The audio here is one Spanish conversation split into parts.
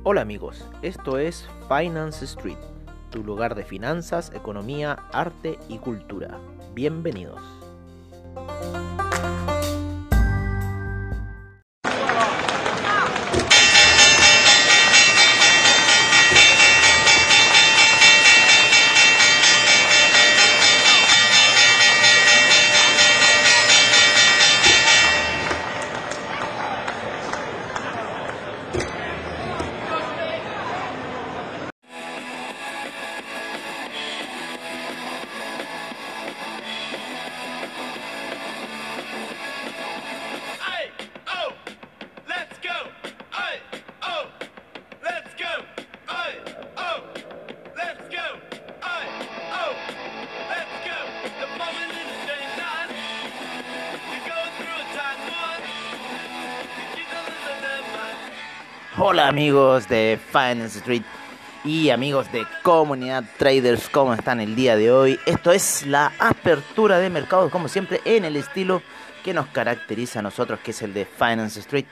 Hola amigos, esto es Finance Street, tu lugar de finanzas, economía, arte y cultura. Bienvenidos. Hola amigos de Finance Street y amigos de Comunidad Traders, ¿cómo están el día de hoy? Esto es la apertura de mercados, como siempre, en el estilo que nos caracteriza a nosotros, que es el de Finance Street.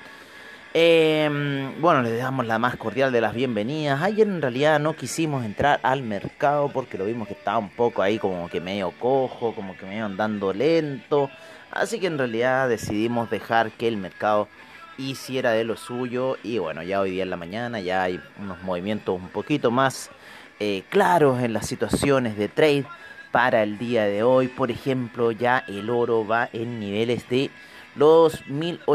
Bueno, les damos la más cordial de las bienvenidas. Ayer en realidad no quisimos entrar al mercado porque lo vimos que estaba un poco ahí como que medio cojo, como que medio andando lento. Así que en realidad decidimos dejar que el mercado hiciera de lo suyo. Y bueno, ya hoy día en la mañana ya hay unos movimientos un poquito más claros en las situaciones de trade para el día de hoy. Por ejemplo, ya el oro va en niveles de los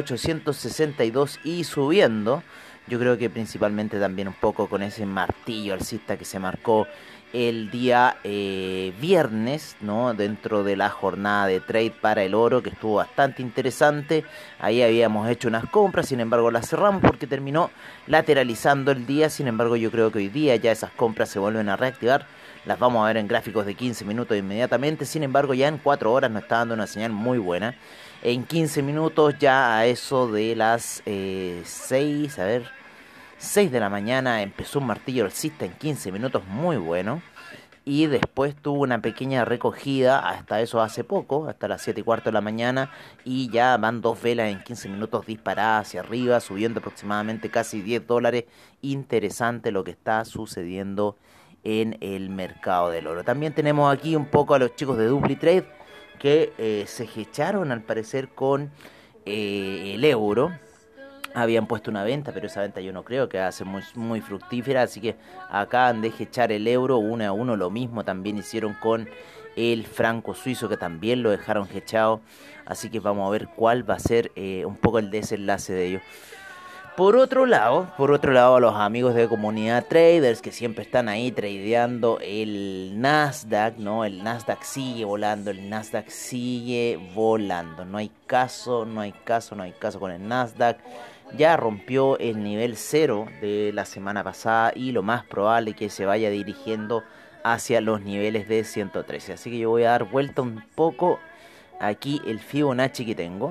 1862 y subiendo. Yo creo que principalmente también un poco con ese martillo alcista que se marcó el día viernes, ¿no? Dentro de la jornada de trade para el oro, que estuvo bastante interesante. Ahí habíamos hecho unas compras, sin embargo las cerramos porque terminó lateralizando el día. Sin embargo, yo creo que hoy día ya esas compras se vuelven a reactivar. Las vamos a ver en gráficos de 15 minutos inmediatamente. Sin embargo, ya en 4 horas nos está dando una señal muy buena. En 15 minutos, ya a eso de las 6 de la mañana, empezó un martillo alcista en 15 minutos muy bueno. Y después tuvo una pequeña recogida hasta eso hace poco, hasta las 7:15 de la mañana. Y ya van dos velas en 15 minutos disparadas hacia arriba, subiendo aproximadamente casi $10. Interesante lo que está sucediendo en el mercado del oro. También tenemos aquí un poco a los chicos de DupliTrade que se hecharon al parecer con el euro. Habían puesto una venta, pero esa venta yo no creo que va a ser muy fructífera, así que acaban de echar el euro 1-1. Lo mismo también hicieron con el franco suizo, que también lo dejaron hechado, así que vamos a ver cuál va a ser un poco el desenlace de ellos. Por otro lado, a los amigos de Comunidad Traders que siempre están ahí tradeando el Nasdaq, ¿no? El Nasdaq sigue volando, No hay caso con el Nasdaq. Ya rompió el nivel 0 de la semana pasada y lo más probable es que se vaya dirigiendo hacia los niveles de 113. Así que yo voy a dar vuelta un poco aquí el Fibonacci que tengo.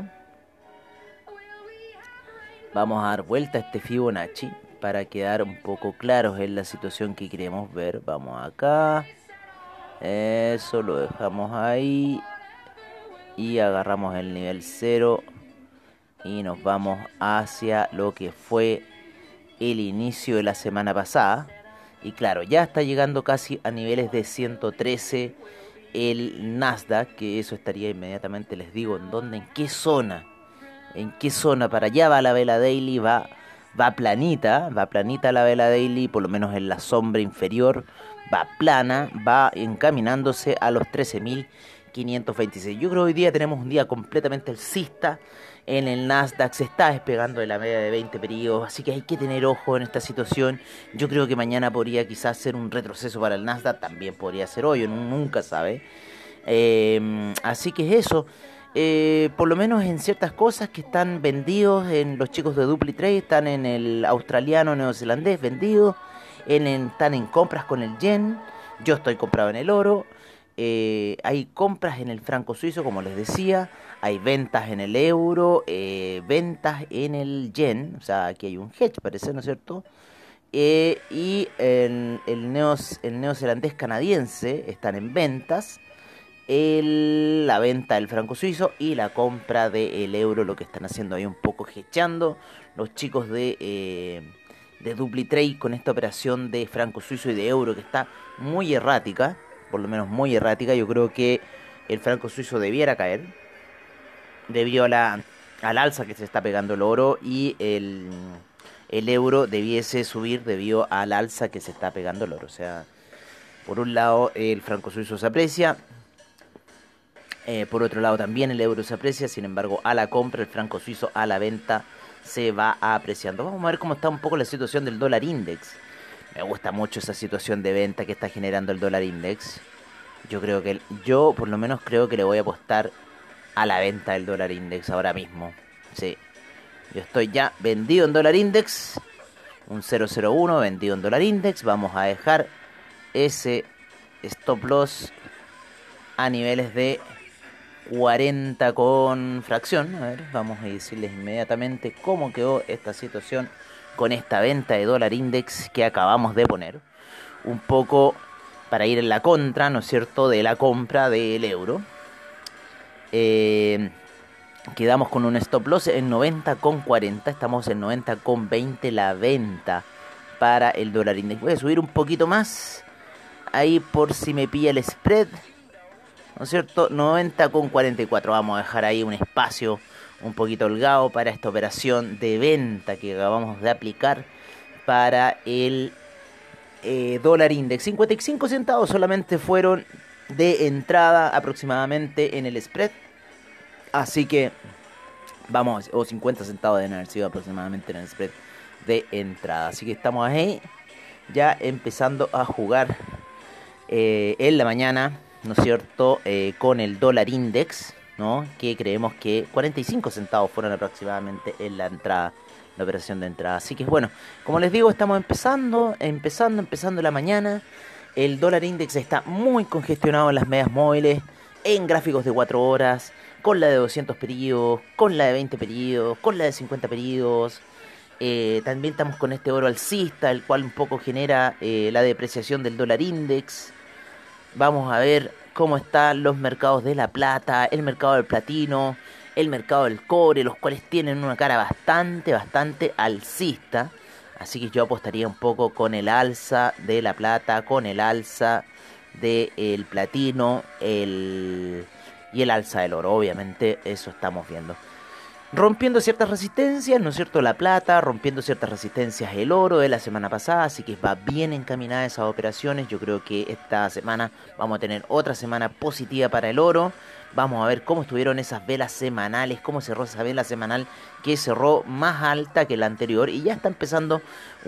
Vamos a dar vuelta a este Fibonacci para quedar un poco claros en la situación que queremos ver. Vamos acá. Eso lo dejamos ahí. Y agarramos el nivel 0. Y nos vamos hacia lo que fue el inicio de la semana pasada. Y claro, ya está llegando casi a niveles de 113 el Nasdaq. Que eso estaría inmediatamente, les digo, en dónde, en qué zona. ¿En qué zona? Para allá va la vela daily, va planita la vela daily, por lo menos en la sombra inferior, va plana, va encaminándose a los 13.526. Yo creo que hoy día tenemos un día completamente alcista en el Nasdaq, se está despegando de la media de 20 periodos, así que hay que tener ojo en esta situación. Yo creo que mañana podría quizás ser un retroceso para el Nasdaq, también podría ser hoy, uno nunca sabe. Así que es eso. Por lo menos en ciertas cosas que están vendidos en los chicos de DupliTrade, están en el australiano neozelandés vendido, están en compras con el yen. Yo estoy comprado en el oro. Hay compras en el franco suizo, como les decía. Hay ventas en el euro, ventas en el yen. O sea, aquí hay un hedge, parece, ¿no es cierto? Y en el neozelandés canadiense están en ventas. La venta del franco suizo y la compra del euro, lo que están haciendo ahí un poco hedgeando los chicos de de DupliTrade con esta operación de franco suizo y de euro que está muy errática, por lo menos muy errática. Yo creo que el franco suizo debiera caer debido al alza que se está pegando el oro, y el euro debiese subir debido al alza que se está pegando el oro. O sea, por un lado el franco suizo se aprecia, por otro lado también el euro se aprecia. Sin embargo, a la compra el franco suizo, a la venta se va apreciando. Vamos a ver cómo está un poco la situación del dólar index. Me gusta mucho esa situación de venta que está generando el dólar index. Yo por lo menos creo que le voy a apostar a la venta del dólar index ahora mismo. Sí, yo estoy ya vendido en dólar index, un 0,01 vendido en dólar index. Vamos a dejar ese stop loss a niveles de 40 con fracción. A ver, vamos a decirles inmediatamente cómo quedó esta situación con esta venta de dólar index que acabamos de poner. Un poco para ir en la contra, ¿no es cierto?, de la compra del euro. Quedamos con un stop loss en 90,40. Estamos en 90,20 la venta para el dólar index. Voy a subir un poquito más ahí por si me pilla el spread, ¿no es cierto? 90,44. Vamos a dejar ahí un espacio un poquito holgado para esta operación de venta que acabamos de aplicar para el dólar index. 55 centavos solamente fueron de entrada aproximadamente en el spread. Así que vamos, o 50 centavos deben haber sido aproximadamente en el spread de entrada. Así que estamos ahí ya empezando a jugar en la mañana, ¿no es cierto?, con el dólar index, ¿no? Que creemos que 45 centavos fueron aproximadamente en la entrada, la operación de entrada. Así que bueno, como les digo, estamos empezando la mañana. El dólar index está muy congestionado en las medias móviles, en gráficos de 4 horas, con la de 200 periodos, con la de 20 periodos, con la de 50 periodos. También estamos con este oro alcista, el cual un poco genera la depreciación del dólar index. Vamos a ver cómo están los mercados de la plata, el mercado del platino, el mercado del cobre, los cuales tienen una cara bastante alcista. Así que yo apostaría un poco con el alza de la plata, con el alza del platino y el alza del oro. Obviamente eso estamos viendo. Rompiendo ciertas resistencias, ¿no es cierto?, la plata, rompiendo ciertas resistencias el oro de la semana pasada, así que va bien encaminada esas operaciones. Yo creo que esta semana vamos a tener otra semana positiva para el oro. Vamos a ver cómo estuvieron esas velas semanales, cómo cerró esa vela semanal que cerró más alta que la anterior, y ya está empezando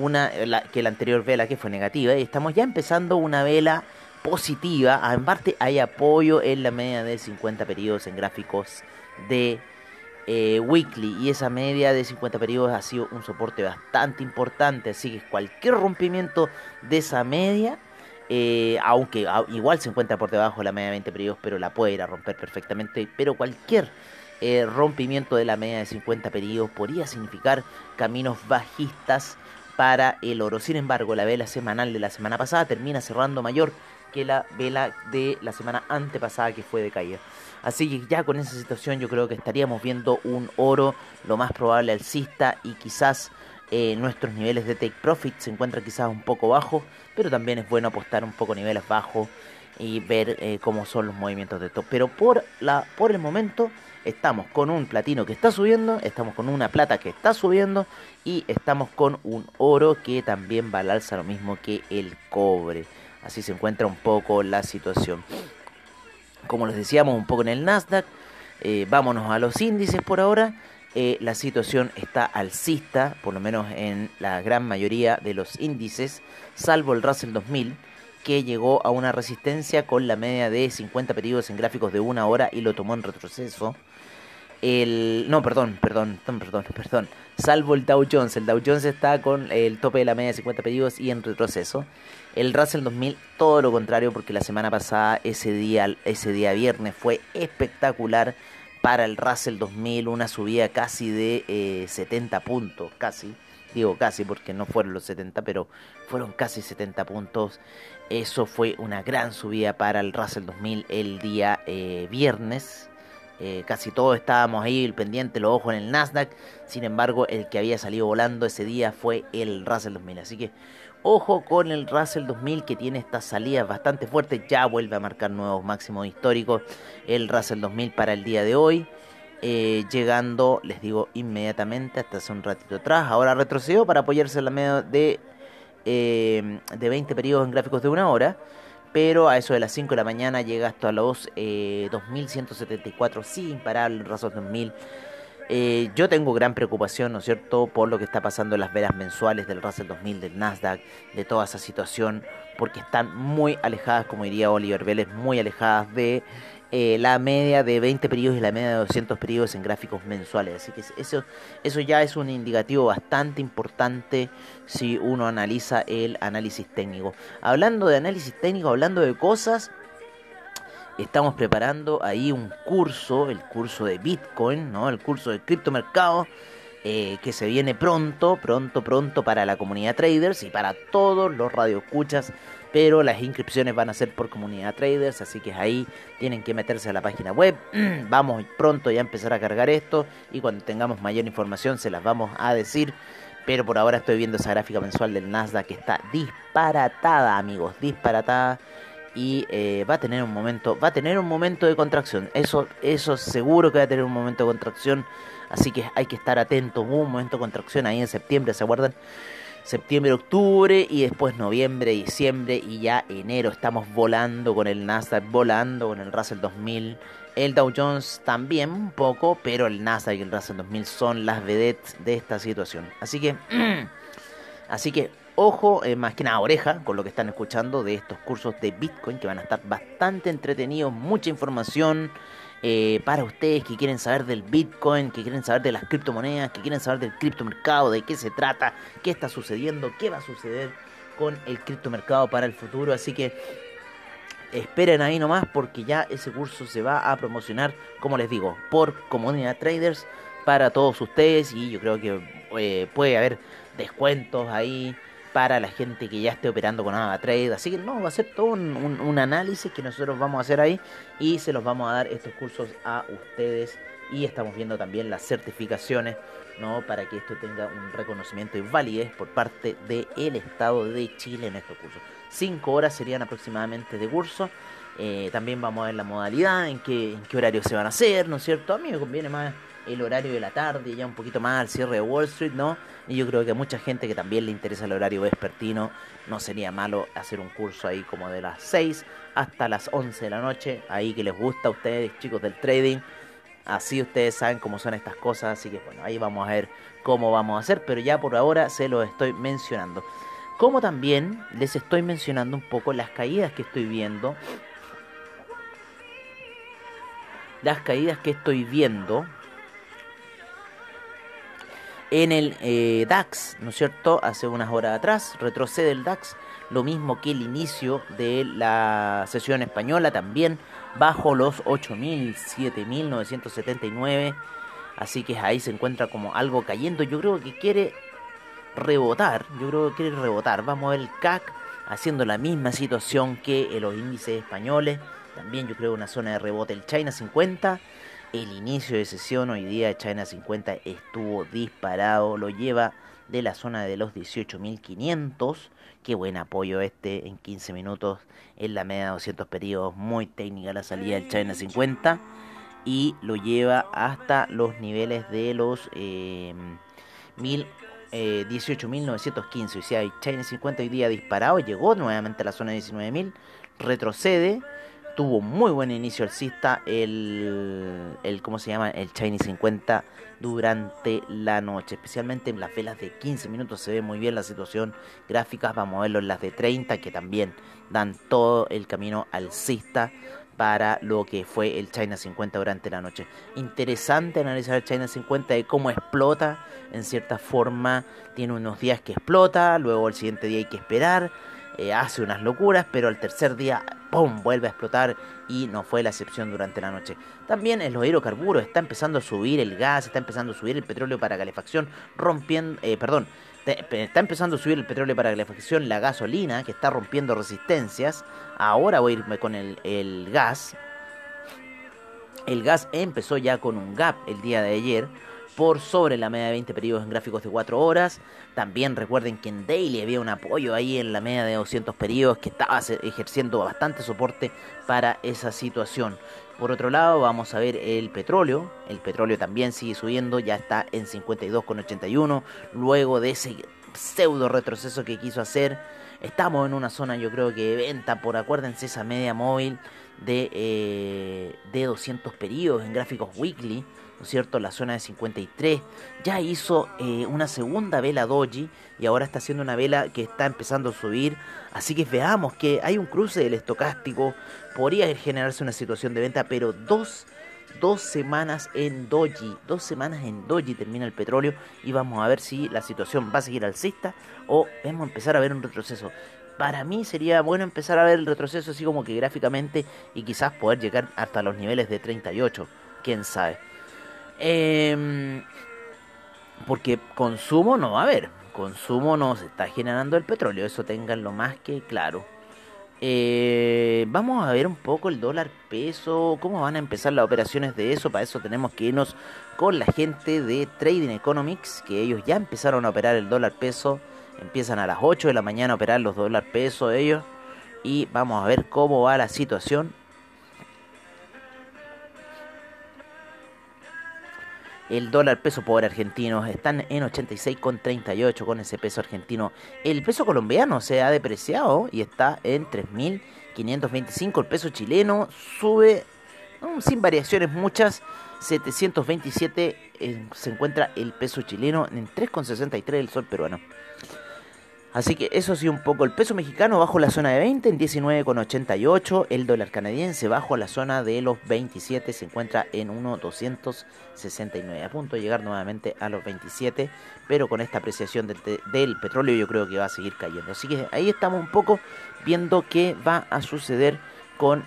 que la anterior vela que fue negativa, y estamos ya empezando una vela positiva. En parte hay apoyo en la media de 50 periodos en gráficos de weekly, y esa media de 50 periodos ha sido un soporte bastante importante. Así que cualquier rompimiento de esa media, aunque igual se encuentra por debajo de la media de 20 periodos, pero la puede ir a romper perfectamente. Pero cualquier rompimiento de la media de 50 periodos podría significar caminos bajistas para el oro. Sin embargo, la vela semanal de la semana pasada termina cerrando mayor que la vela de la semana antepasada, que fue de caída. Así que ya con esa situación yo creo que estaríamos viendo un oro lo más probable alcista, y quizás nuestros niveles de take profit se encuentran quizás un poco bajos, pero también es bueno apostar un poco a niveles bajos y ver cómo son los movimientos de esto. Pero por el momento estamos con un platino que está subiendo, estamos con una plata que está subiendo, y estamos con un oro que también va al alza, lo mismo que el cobre. Así se encuentra un poco la situación. Como les decíamos, un poco en el Nasdaq. Vámonos a los índices por ahora. La situación está alcista, por lo menos en la gran mayoría de los índices, salvo el Russell 2000, que llegó a una resistencia con la media de 50 periodos en gráficos de 1 hora y lo tomó en retroceso. Perdón. Salvo el Dow Jones. El Dow Jones está con el tope de la media de 50 periodos y en retroceso. El Russell 2000, todo lo contrario, porque la semana pasada, ese día viernes, fue espectacular para el Russell 2000. Una subida casi de 70 puntos. Digo casi porque no fueron los 70, pero fueron casi 70 puntos. Eso fue una gran subida para el Russell 2000 el día viernes. Casi todos estábamos ahí, el pendiente, los ojos en el Nasdaq. Sin embargo, el que había salido volando ese día fue el Russell 2000. Así que ojo con el Russell 2000, que tiene estas salidas bastante fuertes. Ya vuelve a marcar nuevos máximos históricos el Russell 2000 para el día de hoy. Llegando, les digo, inmediatamente hasta hace un ratito atrás. Ahora retrocedió para apoyarse en la media de 20 periodos en gráficos de una hora. Pero a eso de las 5 de la mañana llega hasta los 2174, sí, imparable, Russell 2000. Yo tengo gran preocupación, ¿no es cierto?, por lo que está pasando en las velas mensuales del Russell 2000, del Nasdaq, de toda esa situación, porque están muy alejadas, como diría Oliver Vélez, muy alejadas de la media de 20 periodos y la media de 200 periodos en gráficos mensuales. Así que eso ya es un indicativo bastante importante si uno analiza el análisis técnico. Hablando de análisis técnico, hablando de cosas, estamos preparando ahí un curso, el curso de Bitcoin, ¿no? El curso de criptomercado, que se viene pronto para la comunidad traders y para todos los radioescuchas, pero las inscripciones van a ser por comunidad traders, así que ahí tienen que meterse a la página web. Vamos pronto ya a empezar a cargar esto y cuando tengamos mayor información se las vamos a decir. Pero por ahora estoy viendo esa gráfica mensual del Nasdaq que está disparatada, amigos, disparatada. Y va a tener un momento de contracción. Eso seguro que va a tener un momento de contracción. Así que hay que estar atentos. Hubo un momento de contracción ahí en septiembre, ¿se acuerdan? Septiembre, octubre y después noviembre, diciembre y ya enero. Estamos volando con el Nasdaq, volando con el Russell 2000. El Dow Jones también un poco, pero el Nasdaq y el Russell 2000 son las vedettes de esta situación. Así que ojo, más que nada oreja con lo que están escuchando de estos cursos de Bitcoin que van a estar bastante entretenidos, mucha información para ustedes que quieren saber del Bitcoin, que quieren saber de las criptomonedas, que quieren saber del criptomercado, de qué se trata, qué está sucediendo, qué va a suceder con el criptomercado para el futuro. Así que esperen ahí nomás porque ya ese curso se va a promocionar, como les digo, por comunidad traders para todos ustedes y yo creo que puede haber descuentos ahí para la gente que ya esté operando con AvaTrade. Así que no, va a ser todo un análisis que nosotros vamos a hacer ahí y se los vamos a dar estos cursos a ustedes. Y estamos viendo también las certificaciones, ¿no?, para que esto tenga un reconocimiento y validez por parte del Estado de Chile en estos cursos. 5 horas serían aproximadamente de curso. También vamos a ver la modalidad, en qué horario se van a hacer, ¿no es cierto? A mí me conviene más el horario de la tarde, ya un poquito más al cierre de Wall Street, ¿no? Y yo creo que a mucha gente que también le interesa el horario vespertino, no sería malo hacer un curso ahí como de las 6 hasta las 11 de la noche, ahí que les gusta a ustedes, chicos del trading. Así ustedes saben cómo son estas cosas, así que bueno, ahí vamos a ver cómo vamos a hacer, pero ya por ahora se lo estoy mencionando. Como también les estoy mencionando un poco las caídas que estoy viendo. Las caídas que estoy viendo en el DAX, ¿no es cierto? Hace unas horas atrás retrocede el DAX, lo mismo que el inicio de la sesión española, también bajo los 8.000, 7.979, así que ahí se encuentra como algo cayendo. Yo creo que quiere rebotar, vamos a ver el CAC haciendo la misma situación que los índices españoles, también yo creo una zona de rebote. El China 50, el inicio de sesión hoy día de China 50 estuvo disparado, lo lleva de la zona de los 18.500, qué buen apoyo en 15 minutos en la media de 200 periodos, muy técnica la salida del China 50 y lo lleva hasta los niveles de los 18.915, o sea, el China 50 hoy día disparado, llegó nuevamente a la zona de 19.000, retrocede. Tuvo muy buen inicio alcista ¿cómo se llama? El Chinese 50 durante la noche, especialmente en las velas de 15 minutos se ve muy bien la situación. Gráficas, vamos a verlo en las de 30 que también dan todo el camino alcista para lo que fue el China 50 durante la noche. Interesante analizar el China 50 de cómo explota, en cierta forma tiene unos días que explota, luego el siguiente día hay que esperar. Hace unas locuras, pero al tercer día, ¡pum!, vuelve a explotar y no fue la excepción durante la noche. También en los hidrocarburos está empezando a subir el gas, está empezando a subir el petróleo para calefacción, está empezando a subir el petróleo para calefacción, la gasolina, que está rompiendo resistencias. Ahora voy a irme con el gas. El gas empezó ya con un gap el día de ayer por sobre la media de 20 periodos en gráficos de 4 horas. También recuerden que en daily había un apoyo ahí en la media de 200 periodos que estaba ejerciendo bastante soporte para esa situación. Por otro lado, vamos a ver el petróleo. El petróleo también sigue subiendo, ya está en 52,81 luego de ese pseudo retroceso que quiso hacer. Estamos en una zona, yo creo que de venta por, acuérdense, esa media móvil de 200 periodos en gráficos weekly, ¿no es cierto? La zona de 53 ya hizo una segunda vela doji y ahora está haciendo una vela que está empezando a subir. Así que veamos que hay un cruce del estocástico, podría generarse una situación de venta, pero dos semanas en doji, 2 semanas en doji termina el petróleo y vamos a ver si la situación va a seguir alcista o vamos a empezar a ver un retroceso. Para mí sería bueno empezar a ver el retroceso así como que gráficamente y quizás poder llegar hasta los niveles de 38, quién sabe. Porque consumo no va a haber, consumo no se está generando el petróleo, eso tenganlo más que claro. Vamos a ver un poco el dólar peso, cómo van a empezar las operaciones de eso. Para eso tenemos que irnos con la gente de Trading Economics, que ellos ya empezaron a operar el dólar peso. Empiezan a las 8 de la mañana a operar los dólar peso ellos. Y vamos a ver cómo va la situación. El dólar peso por argentino están en 86,38 con ese peso argentino. El peso colombiano se ha depreciado y está en 3.525. El peso chileno sube sin variaciones muchas. 727 se encuentra el peso chileno en 3,63 el sol peruano. Así que eso sí un poco. El peso mexicano bajo la zona de 20 en 19,88. El dólar canadiense bajo la zona de los 27 se encuentra en 1,269. A punto de llegar nuevamente a los 27. Pero con esta apreciación del petróleo yo creo que va a seguir cayendo. Así que ahí estamos un poco viendo qué va a suceder con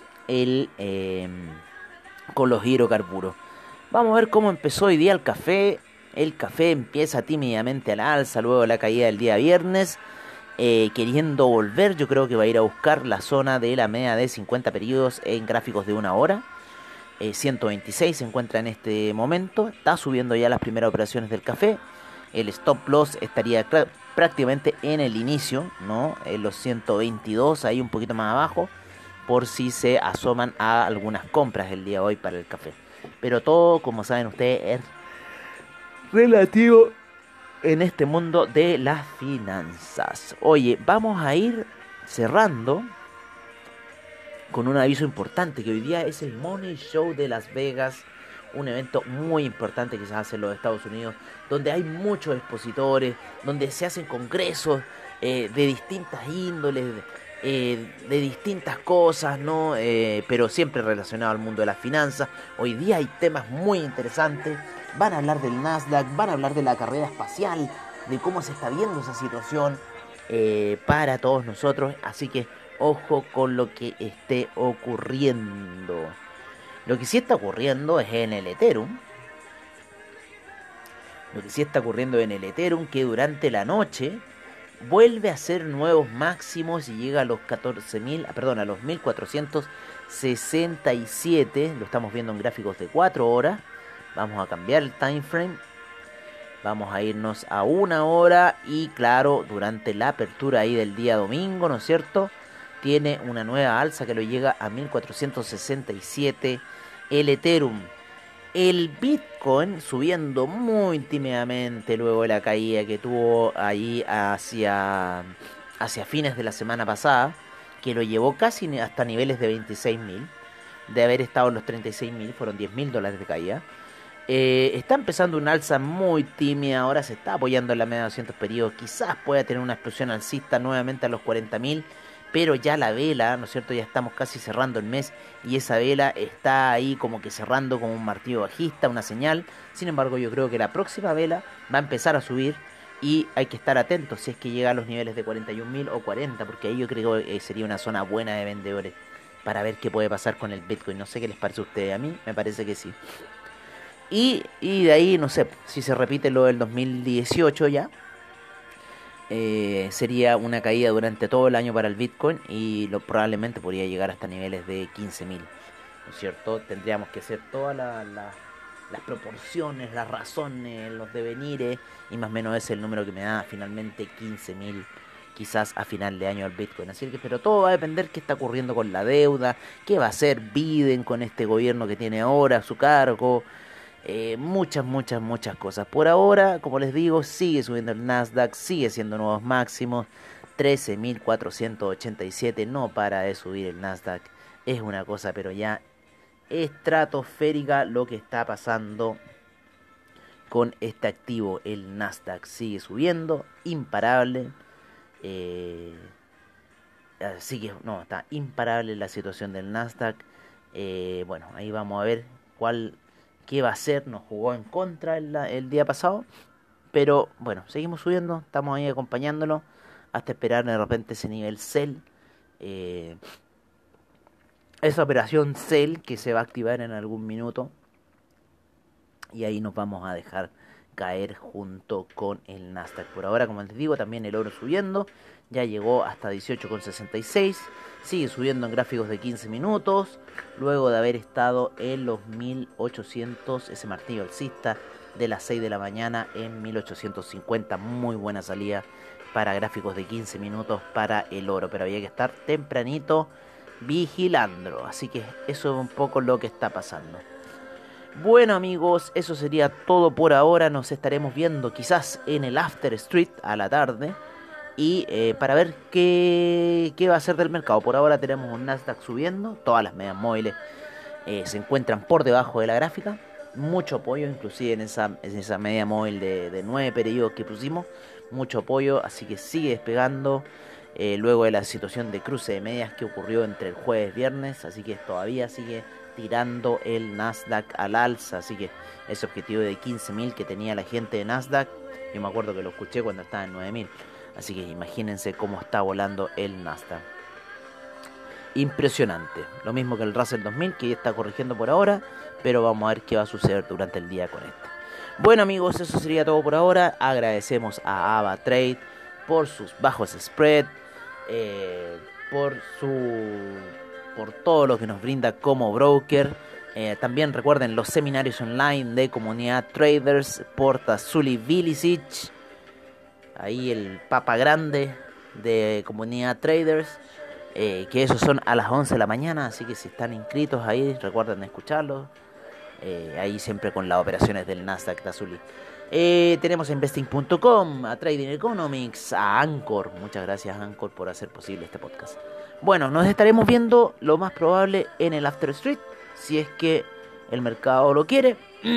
con los hidrocarburos. Vamos a ver cómo empezó hoy día el café. El café empieza tímidamente a la alza luego de la caída del día viernes, queriendo volver. Yo creo que va a ir a buscar la zona de la media de 50 periodos en gráficos de una hora. 126 se encuentra en este momento. Está subiendo ya las primeras operaciones del café. El stop loss estaría prácticamente en el inicio, ¿no? En los 122, ahí un poquito más abajo, por si se asoman a algunas compras el día de hoy para el café. Pero todo, como saben ustedes, es relativo en este mundo de las finanzas. Oye, vamos a ir cerrando con un aviso importante, que hoy día es el Money Show de Las Vegas, un evento muy importante que se hace en los Estados Unidos, donde hay muchos expositores, donde se hacen congresos de distintas índoles, de distintas cosas, ¿no? Pero siempre relacionado al mundo de las finanzas. Hoy día hay temas muy interesantes. Van a hablar del Nasdaq, van a hablar de la carrera espacial, de cómo se está viendo esa situación para todos nosotros. Así que ojo con lo que esté ocurriendo. Lo que sí está ocurriendo es en el Ethereum. Lo que sí está ocurriendo en el Ethereum, que durante la noche vuelve a hacer nuevos máximos y llega a los 14.000, perdón, a los 1467. Lo estamos viendo en gráficos de 4 horas. Vamos a cambiar el time frame. Vamos a irnos a 1 hora. Y claro, durante la apertura ahí del día domingo, ¿no es cierto?, tiene una nueva alza que lo llega a 1467. El Ethereum. El Bitcoin subiendo muy tímidamente luego de la caída que tuvo ahí hacia fines de la semana pasada, que lo llevó casi hasta niveles de 26.000. De haber estado en los 36.000, fueron $10.000 de caída. Está empezando una alza muy tímida, ahora se está apoyando en la media de 200 periodos, quizás pueda tener una explosión alcista nuevamente a los 40.000, pero ya la vela, ¿no es cierto?, ya estamos casi cerrando el mes y esa vela está ahí como que cerrando como un martillo bajista, una señal. Sin embargo, yo creo que la próxima vela va a empezar a subir y hay que estar atentos si es que llega a los niveles de 41.000 o 40, porque ahí yo creo que sería una zona buena de vendedores para ver qué puede pasar con el Bitcoin. No sé qué les parece a ustedes, a mí me parece que sí. Y de ahí, no sé, si se repite lo del 2018 ya, sería una caída durante todo el año para el Bitcoin y probablemente podría llegar hasta niveles de 15.000. ¿no es cierto? Tendríamos que hacer todas las proporciones, las razones, los devenires, y más o menos ese es el número que me da finalmente 15.000 quizás a final de año el Bitcoin. Así que, pero todo va a depender qué está ocurriendo con la deuda, qué va a hacer Biden con este gobierno que tiene ahora a su cargo. Muchas cosas. Por ahora, como les digo, sigue subiendo el Nasdaq, sigue siendo nuevos máximos. 13.487, no para de subir el Nasdaq. Es una cosa, pero ya estratosférica lo que está pasando con este activo. El Nasdaq sigue subiendo, imparable. Eh, Así que no, está imparable la situación del Nasdaq. Bueno, ahí vamos a ver qué va a hacer. Nos jugó en contra el día pasado. Pero bueno, seguimos subiendo, estamos ahí acompañándolo hasta esperar de repente ese nivel sell. eh, Esa operación sell que se va a activar en algún minuto. Y ahí nos vamos a dejar caer junto con el Nasdaq. Por ahora, como les digo, también el oro subiendo. Ya llegó hasta 18,66. Sigue subiendo en gráficos de 15 minutos. Luego de haber estado en los 1800, ese martillo alcista de las 6 de la mañana en 1850. Muy buena salida para gráficos de 15 minutos para el oro. Pero había que estar tempranito vigilando. Así que eso es un poco lo que está pasando. Bueno amigos, eso sería todo por ahora. Nos estaremos viendo quizás en el After Street a la tarde. Y para ver qué va a ser del mercado. Por ahora tenemos un Nasdaq subiendo. Todas las medias móviles se encuentran por debajo de la gráfica. Mucho apoyo, inclusive en esa media móvil de 9 periodos que pusimos. Mucho apoyo, así que sigue despegando. Luego de la situación de cruce de medias que ocurrió entre el jueves y viernes. Así que todavía sigue tirando el Nasdaq al alza. Así que ese objetivo de 15.000 que tenía la gente de Nasdaq, yo me acuerdo que lo escuché cuando estaba en 9.000. Así que imagínense cómo está volando el Nasdaq. Impresionante. Lo mismo que el Russell 2000, que ya está corrigiendo por ahora, pero vamos a ver qué va a suceder durante el día con este. Bueno amigos, eso sería todo por ahora. Agradecemos a AvaTrade por sus bajos spread, por todo lo que nos brinda como broker. También recuerden los seminarios online de Comunidad Traders por Tassuli Vilicic. Ahí el papa grande de Comunidad Traders. Que esos son a las 11 de la mañana. Así que si están inscritos ahí, recuerden escucharlos. Ahí siempre con las operaciones del Nasdaq Tassuli. Tenemos a investing.com, a Trading Economics, a Anchor. Muchas gracias Anchor por hacer posible este podcast. Bueno, nos estaremos viendo lo más probable en el After Street, si es que el mercado lo quiere.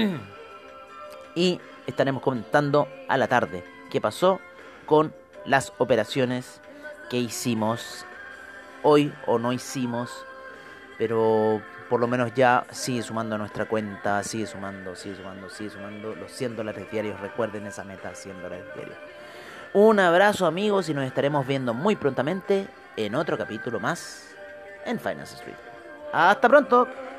Y estaremos comentando a la tarde qué pasó con las operaciones que hicimos hoy o no hicimos, pero por lo menos ya sigue sumando a nuestra cuenta, sigue sumando los $100 diarios. Recuerden esa meta, $100 diarios. Un abrazo amigos y nos estaremos viendo muy prontamente en otro capítulo más en Finance Street. Hasta pronto.